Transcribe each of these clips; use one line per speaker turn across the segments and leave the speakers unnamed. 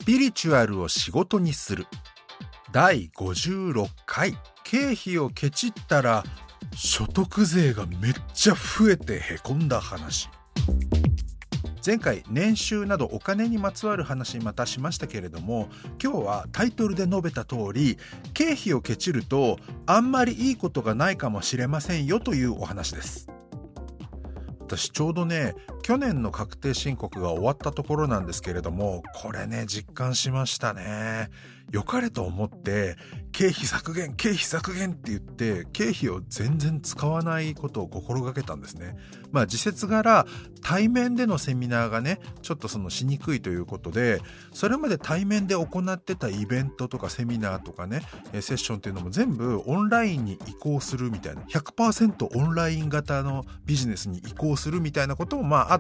ピリチュアルを仕事にする第56回。経費をケチったら所得税がめっちゃ増えてへこんだ話。前回年収などお金にまつわる話またしましたけれども、今日はタイトルで述べた通り、経費をケチるとあんまりいいことがないかもしれませんよというお話です。私ちょうどね、去年の確定申告が終わったところなんですけれども、これね実感しましたね。良かれと思って経費削減って言って経費を全然使わないことを心がけたんですね。時節柄対面でのセミナーがねちょっとしにくいということで、それまで対面で行ってたイベントとかセミナーとかねセッションっていうのも全部オンラインに移行するみたいな 100% オンライン型のビジネスに移行するみたいなこともあって、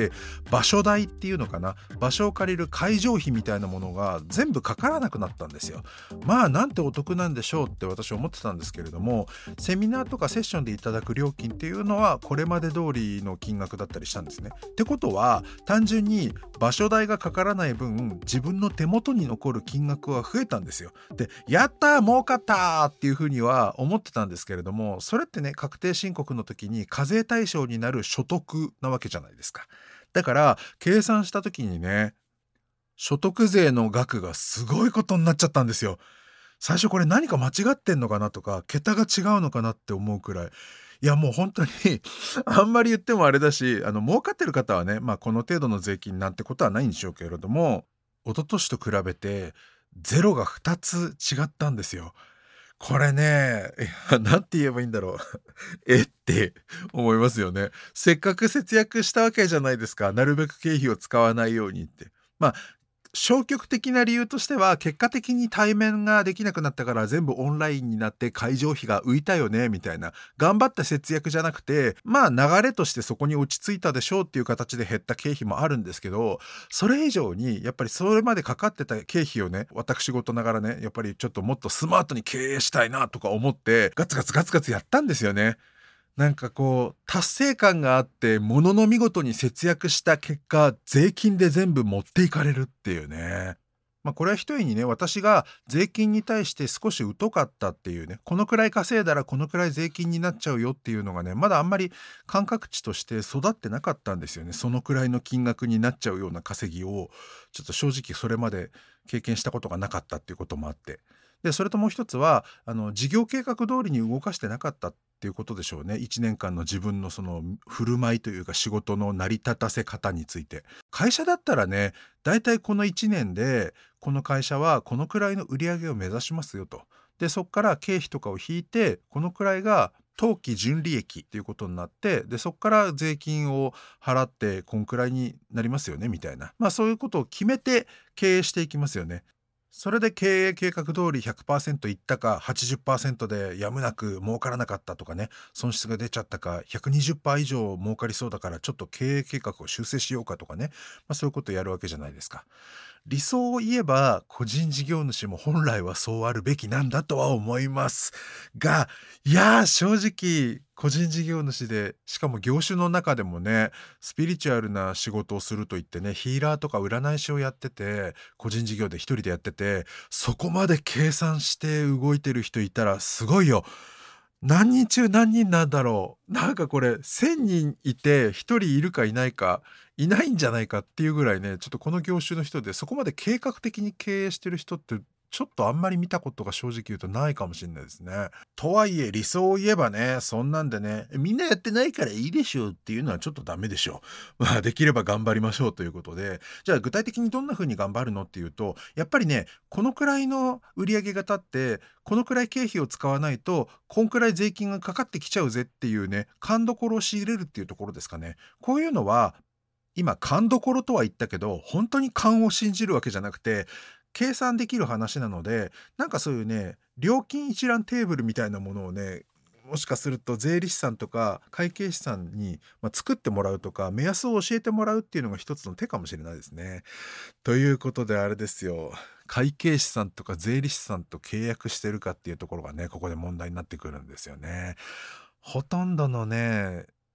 場所代っていうのかな、場所を借りる会場費みたいなものが全部かからなくなったんですよ。なんてお得なんでしょうって私は思ってたんですけれども、セミナーとかセッションでいただく料金っていうのはこれまで通りの金額だったりしたんですね。ってことは単純に場所代がかからない分自分の手元に残る金額は増えたんですよ。で、やったー儲かったーっていうふうには思ってたんですけれども、それってね確定申告の時に課税対象になる所得なわけじゃないですか。だから計算した時にね、所得税の額がすごいことになっちゃったんですよ。最初これ何か間違ってんのかなとか桁が違うのかなって思うくらい、いやもう本当にあんまり言ってもあれだし、儲かってる方はねこの程度の税金なんてことはないんでしょうけれども、一昨年と比べてゼロが2つ違ったんですよ。これね、なんて言えばいいんだろうって思いますよね。せっかく節約したわけじゃないですか。なるべく経費を使わないようにって。消極的な理由としては結果的に対面ができなくなったから全部オンラインになって会場費が浮いたよねみたいな、頑張った節約じゃなくて流れとしてそこに落ち着いたでしょうっていう形で減った経費もあるんですけど、それ以上にやっぱりそれまでかかってた経費をね、私事ながらねやっぱりちょっともっとスマートに経営したいなとか思ってガツガツやったんですよね。なんか達成感があってものの見事に節約した結果税金で全部持っていかれるっていうね。これは一重にね、私が税金に対して少し疎かったっていうね、このくらい稼いだらこのくらい税金になっちゃうよっていうのがね、まだあんまり感覚値として育ってなかったんですよね。そのくらいの金額になっちゃうような稼ぎをちょっと正直それまで経験したことがなかったっていうこともあって、でそれともう一つは事業計画通りに動かしてなかったっていうことでしょうね。1年間の自分のその振る舞いというか仕事の成り立たせ方について、会社だったらね、だいたいこの1年でこの会社はこのくらいの売り上げを目指しますよと。でそこから経費とかを引いてこのくらいが当期純利益っていうことになって、でそこから税金を払ってこんくらいになりますよねみたいな、そういうことを決めて経営していきますよね。それで経営計画通り 100% いったか 80% でやむなく儲からなかったとかね、損失が出ちゃったか 120% 以上儲かりそうだからちょっと経営計画を修正しようかとかね、そういうことをやるわけじゃないですか。理想を言えば個人事業主も本来はそうあるべきなんだとは思いますが、いやー正直個人事業主で、しかも業種の中でもねスピリチュアルな仕事をするといってね、ヒーラーとか占い師をやってて個人事業で一人でやってて、そこまで計算して動いてる人いたらすごいよ。何人中何人なんだろう。なんかこれ1000人いて1人いるかいないか、いないんじゃないかっていうぐらいね、ちょっとこの業種の人でそこまで計画的に経営してる人ってちょっとあんまり見たことが正直言うとないかもしれないですね。とはいえ理想を言えばね、そんなんでねみんなやってないからいいでしょうっていうのはちょっとダメでしょう。できれば頑張りましょうということで、じゃあ具体的にどんな風に頑張るのっていうと、やっぱりねこのくらいの売上が立ってこのくらい経費を使わないとこんくらい税金がかかってきちゃうぜっていうね、勘どころを仕入れるっていうところですかね。こういうのは今勘どころとは言ったけど本当に勘を信じるわけじゃなくて計算できる話なので、なんかそういうね料金一覧テーブルみたいなものをね、もしかすると税理士さんとか会計士さんに、作ってもらうとか目安を教えてもらうっていうのが一つの手かもしれないですね。ということであれですよ、会計士さんとか税理士さんと契約してるかっていうところがねここで問題になってくるんですよね。ほとんどのね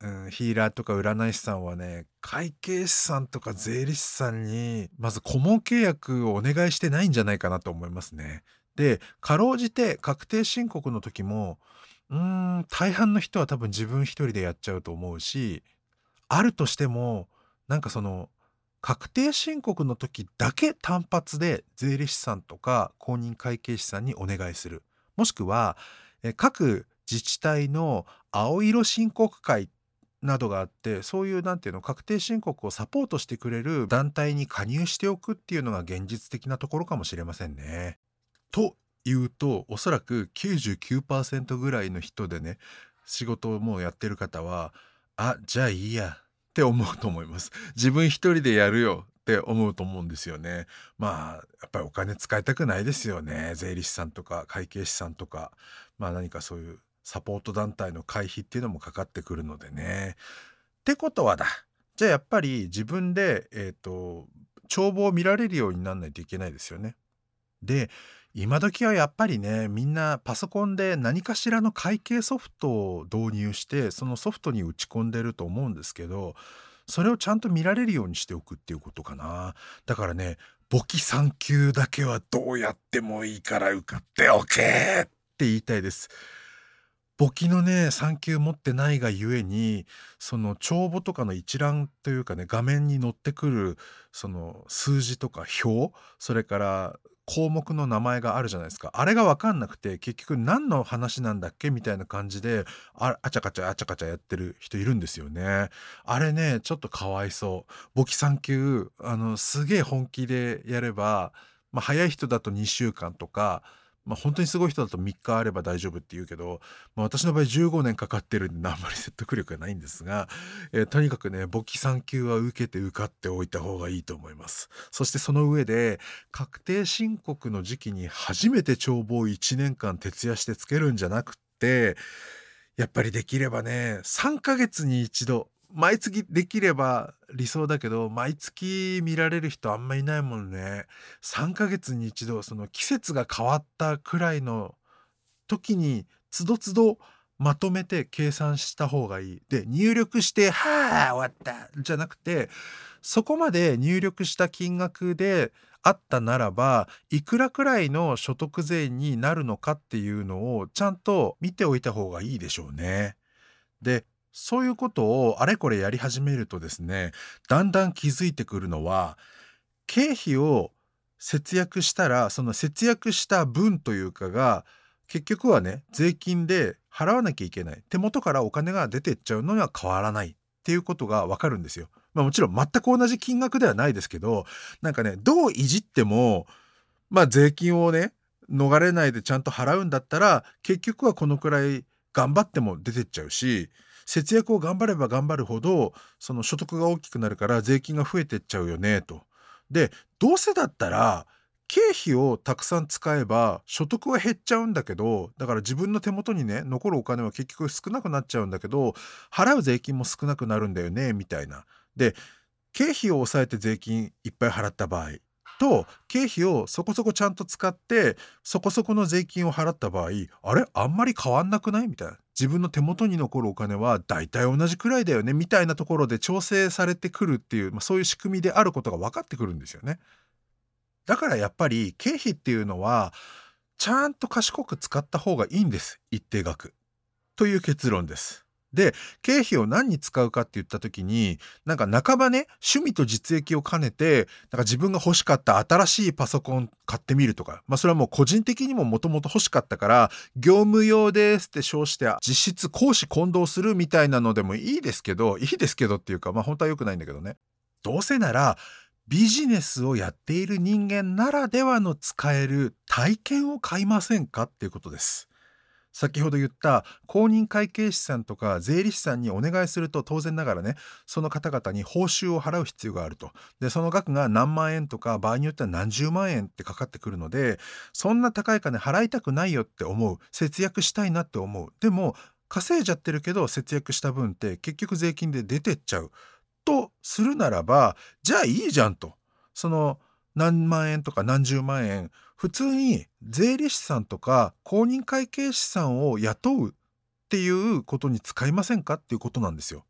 ヒーラーとか占い師さんはね、会計士さんとか税理士さんに、まず顧問契約をお願いしてないんじゃないかなと思いますね。で、かろうじて確定申告の時も、大半の人は多分自分一人でやっちゃうと思うし、あるとしても、なんかその、確定申告の時だけ単発で税理士さんとか公認会計士さんにお願いする。もしくは、各自治体の青色申告会などがあって、そういうなんていうの、確定申告をサポートしてくれる団体に加入しておくっていうのが現実的なところかもしれませんね。というと、おそらく99%ぐらいの人でね、仕事をもうやってる方は、じゃあいいやって思うと思います。自分一人でやるよって思うと思うんですよね。やっぱりお金使いたくないですよね。税理士さんとか会計士さんとか、何かそういうサポート団体の会費っていうのもかかってくるのでね。ってことはだ。じゃあやっぱり自分で、帳簿を見られるようになんないといけないですよね。で、今時はやっぱりね、みんなパソコンで何かしらの会計ソフトを導入して、そのソフトに打ち込んでると思うんですけど、それをちゃんと見られるようにしておくっていうことかな。だからね、簿記3級だけはどうやってもいいから受かっておけって言いたいです。簿記のね、3級持ってないがゆえに、その帳簿とかの一覧というかね、画面に載ってくる、その数字とか表、それから項目の名前があるじゃないですか。あれがわかんなくて、結局何の話なんだっけみたいな感じで、あちゃかちゃあちゃかちゃやってる人いるんですよね。あれね、ちょっとかわいそう。簿記3級、すげえ本気でやれば、早い人だと2週間とか、本当にすごい人だと3日あれば大丈夫って言うけど、私の場合15年かかってるんであんまり説得力がないんですが、とにかくね、簿記3級は受けて受かっておいた方がいいと思います。そしてその上で、確定申告の時期に初めて帳簿を1年間徹夜してつけるんじゃなくって、やっぱりできればね、3ヶ月に一度、毎月できれば理想だけど、毎月見られる人あんまいないもんね。3ヶ月に一度、その季節が変わったくらいの時に、つどつどまとめて計算した方がいい。で、入力して、はあ、終わった、じゃなくて、そこまで入力した金額であったならば、いくらくらいの所得税になるのかっていうのをちゃんと見ておいた方がいいでしょうね。で、そういうことをあれこれやり始めるとですね、だんだん気づいてくるのは、経費を節約したら、その節約した分というかが、結局はね、税金で払わなきゃいけない。手元からお金が出てっちゃうのには変わらないっていうことがわかるんですよ。もちろん全く同じ金額ではないですけど、なんかね、どういじっても、税金をね、逃れないでちゃんと払うんだったら、結局はこのくらい頑張っても出てっちゃうし、節約を頑張れば頑張るほど、その所得が大きくなるから税金が増えてっちゃうよねと。で、どうせだったら、経費をたくさん使えば所得は減っちゃうんだけど、だから自分の手元にね、残るお金は結局少なくなっちゃうんだけど、払う税金も少なくなるんだよね、みたいな。で、経費を抑えて税金いっぱい払った場合と、経費をそこそこちゃんと使って、そこそこの税金を払った場合、あれあんまり変わんなくないみたいな。自分の手元に残るお金はだいたい同じくらいだよねみたいなところで調整されてくるっていう、そういう仕組みであることが分かってくるんですよね。だからやっぱり経費っていうのは、ちゃんと賢く使った方がいいんです。一定額。という結論です。で、経費を何に使うかって言った時に、なんか半ばね、趣味と実益を兼ねて、なんか自分が欲しかった新しいパソコン買ってみるとか、それはもう個人的にももともと欲しかったから、業務用ですって称して実質公私混同するみたいなのでもいいですけどっていうか、本当は良くないんだけどね。どうせなら、ビジネスをやっている人間ならではの使える体験を買いませんかっていうことです。先ほど言った公認会計士さんとか税理士さんにお願いすると当然ながらね、その方々に報酬を払う必要があると。で、その額が何万円とか場合によっては何十万円ってかかってくるので、そんな高い金払いたくないよって思う。節約したいなって思う。でも、稼いじゃってるけど節約した分って結局税金で出てっちゃう。とするならば、じゃあいいじゃんと。その何万円とか何十万円、普通に税理士さんとか公認会計士さんを雇うっていうことに使いませんかっていうことなんですよ。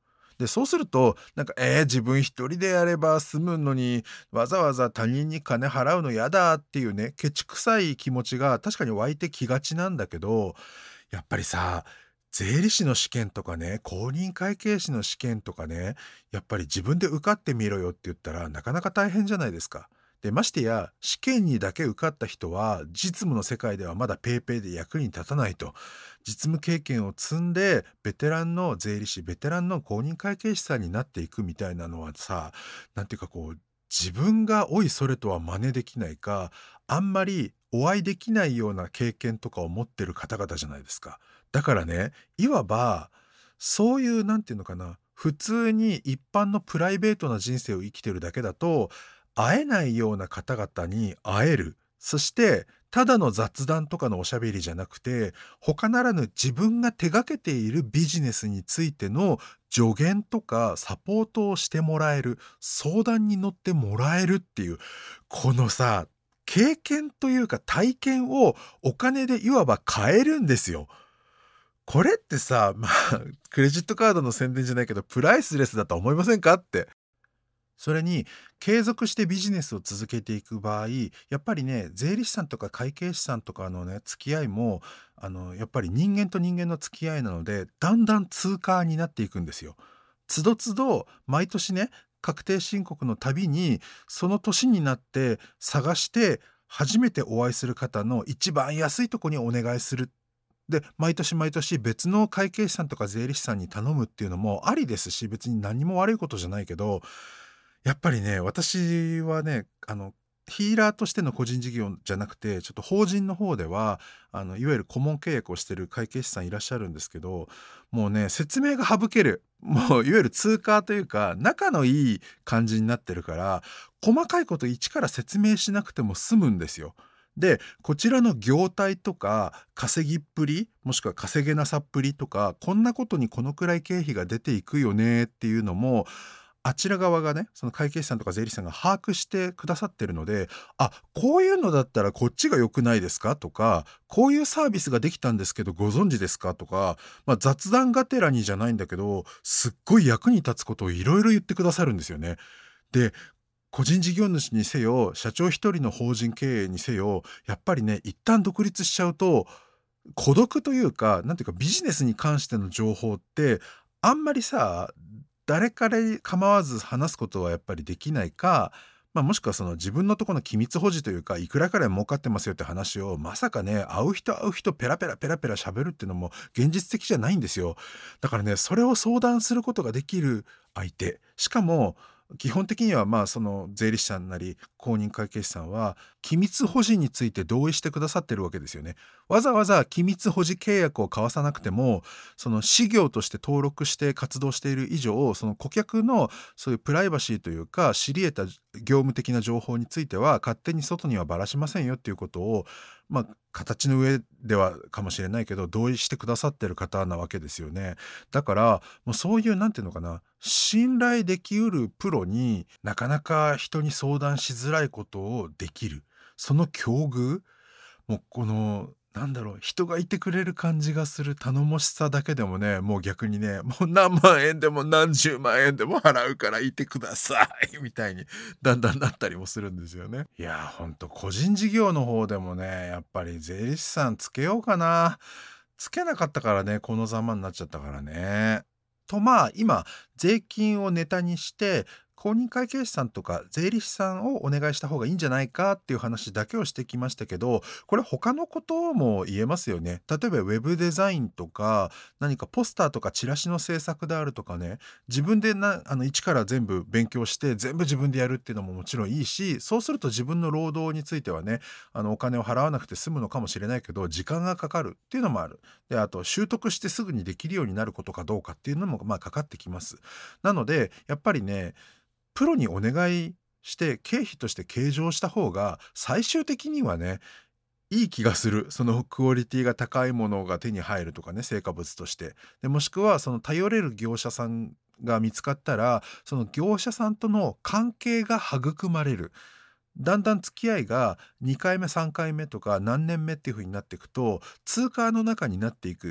で、そうすると、なんか、自分一人でやれば済むのに、わざわざ他人に金払うの嫌だっていうね、ケチくさい気持ちが確かに湧いてきがちなんだけど、やっぱりさ、税理士の試験とかね、公認会計士の試験とかね、やっぱり自分で受かってみろよって言ったらなかなか大変じゃないですか。で、ましてや、試験にだけ受かった人は、実務の世界ではまだペーペーで役に立たないと。実務経験を積んで、ベテランの税理士、ベテランの公認会計士さんになっていくみたいなのはさ、なんていうか自分がおいそれとは真似できないか、あんまりお会いできないような経験とかを持ってる方々じゃないですか。だからね、いわば、そういうなんていうのかな、普通に一般のプライベートな人生を生きてるだけだと、会えないような方々に会える。そして、ただの雑談とかのおしゃべりじゃなくて、他ならぬ自分が手掛けているビジネスについての助言とかサポートをしてもらえる、相談に乗ってもらえるっていう、このさ、経験というか体験をお金でいわば買えるんですよ。これってさ、クレジットカードの宣伝じゃないけど、プライスレスだと思いませんかって。それに、継続してビジネスを続けていく場合、やっぱりね、税理士さんとか会計士さんとかのね、付き合いも、やっぱり人間と人間の付き合いなので、だんだん通過になっていくんですよ。つどつど、毎年ね、確定申告のたびに、その年になって探して、初めてお会いする方の一番安いとこにお願いする。で、毎年毎年別の会計士さんとか税理士さんに頼むっていうのもありですし、別に何も悪いことじゃないけど、やっぱりね、私はね、ヒーラーとしての個人事業じゃなくて、ちょっと法人の方では、いわゆる顧問契約をしてる会計士さんいらっしゃるんですけど、もうね、説明が省ける。もういわゆる通貨というか、仲のいい感じになってるから、細かいこと一から説明しなくても済むんですよ。で、こちらの業態とか、稼ぎっぷり、もしくは稼げなさっぷりとか、こんなことにこのくらい経費が出ていくよねっていうのも、あちら側がね、その会計士さんとか税理士さんが把握してくださってるので、あ、こういうのだったらこっちが良くないですかとか、こういうサービスができたんですけどご存知ですかとか、雑談がてらにじゃないんだけど、すっごい役に立つことをいろいろ言ってくださるんですよね。で、個人事業主にせよ、社長一人の法人経営にせよ、やっぱりね、一旦独立しちゃうと、孤独というか、なんていうかビジネスに関しての情報って、あんまりさ、誰彼構わず話すことはやっぱりできないか、もしくはその自分のとこの機密保持というか、いくらから儲かってますよって話を、まさかね、会う人ペラペラペラペラ喋るっていうのも現実的じゃないんですよ。だからね、それを相談することができる相手、しかも基本的にはその税理士さんなり公認会計士さんは機密保持について同意してくださってるわけですよね。わざわざ機密保持契約を交わさなくても、その事業として登録して活動している以上、その顧客のそういうプライバシーというか知り得た業務的な情報については勝手に外にはばらしませんよっていうことを、形の上ではかもしれないけど同意してくださってる方なわけですよね。だからもうそういうなんていうのかな、信頼できうるプロになかなか人に相談しづらいことをできる。その境遇、もうこの、なんだろう、人がいてくれる感じがする頼もしさだけでもね、もう逆にね、もう何万円でも何十万円でも払うからいてくださいみたいにだんだんなったりもするんですよね。いや、ほんと個人事業の方でもね、やっぱり税理士さんつけようかな。つけなかったからね、このざまになっちゃったからね。と今、税金をネタにして、公認会計士さんとか税理士さんをお願いした方がいいんじゃないかっていう話だけをしてきましたけど、これ他のことも言えますよね。例えばウェブデザインとか、何かポスターとかチラシの制作であるとかね、自分で一から全部勉強して全部自分でやるっていうのももちろんいいし、そうすると自分の労働についてはね、お金を払わなくて済むのかもしれないけど、時間がかかるっていうのもある。で、あと習得してすぐにできるようになることかどうかっていうのもかかってきます。なので、やっぱりね、プロにお願いして経費として計上した方が最終的にはね、いい気がする。そのクオリティが高いものが手に入るとかね、成果物として。で、もしくはその頼れる業者さんが見つかったら、その業者さんとの関係が育まれる。だんだん付き合いが2回目3回目とか何年目っていう風になっていくと、通貨の中になっていく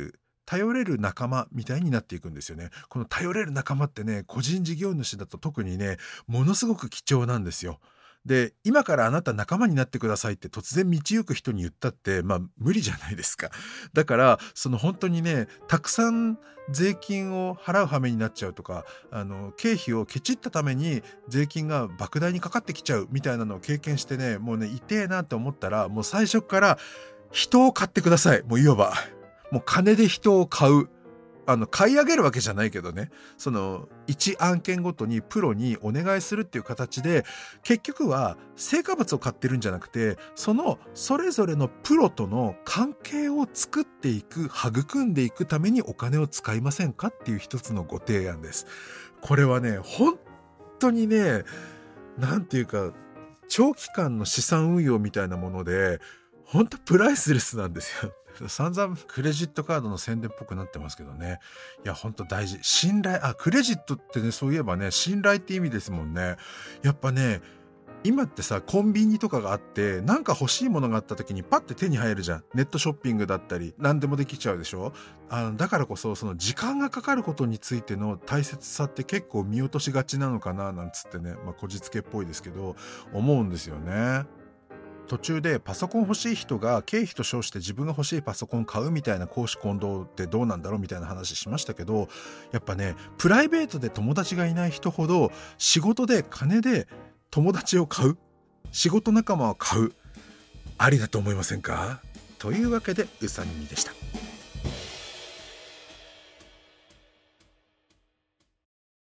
頼れる仲間みたいになっていくんですよね。この頼れる仲間ってね、個人事業主だと特にね、ものすごく貴重なんですよ。で、今からあなた仲間になってくださいって突然道行く人に言ったって、無理じゃないですか。だから、本当にね、たくさん税金を払う羽目になっちゃうとか、経費をケチったために税金が莫大にかかってきちゃうみたいなのを経験してね、もうね、痛えなって思ったら、もう最初から人を買ってください。もういわば。もう金で人を買う。買い上げるわけじゃないけどね、一案件ごとにプロにお願いするっていう形で、結局は成果物を買ってるんじゃなくて、それぞれのプロとの関係を作っていく、育んでいくためにお金を使いませんかっていう一つのご提案です。これはね、本当にね、なんていうか、長期間の資産運用みたいなもので、本当プライスレスなんですよ。散々クレジットカードの宣伝っぽくなってますけどね。いや、本当大事。信頼、クレジットってね、そういえばね、信頼って意味ですもんね。やっぱね、今ってさ、コンビニとかがあって、なんか欲しいものがあった時にパッて手に入るじゃん。ネットショッピングだったり、何でもできちゃうでしょ。だからこそ、時間がかかることについての大切さって結構見落としがちなのかな、なんつってね、こじつけっぽいですけど、思うんですよね。途中でパソコン欲しい人が経費と称して自分が欲しいパソコン買うみたいな公私混同ってどうなんだろうみたいな話しましたけど、やっぱね、プライベートで友達がいない人ほど仕事で金で友達を買う、仕事仲間を買う、ありだと思いませんか？というわけでうさみみでした。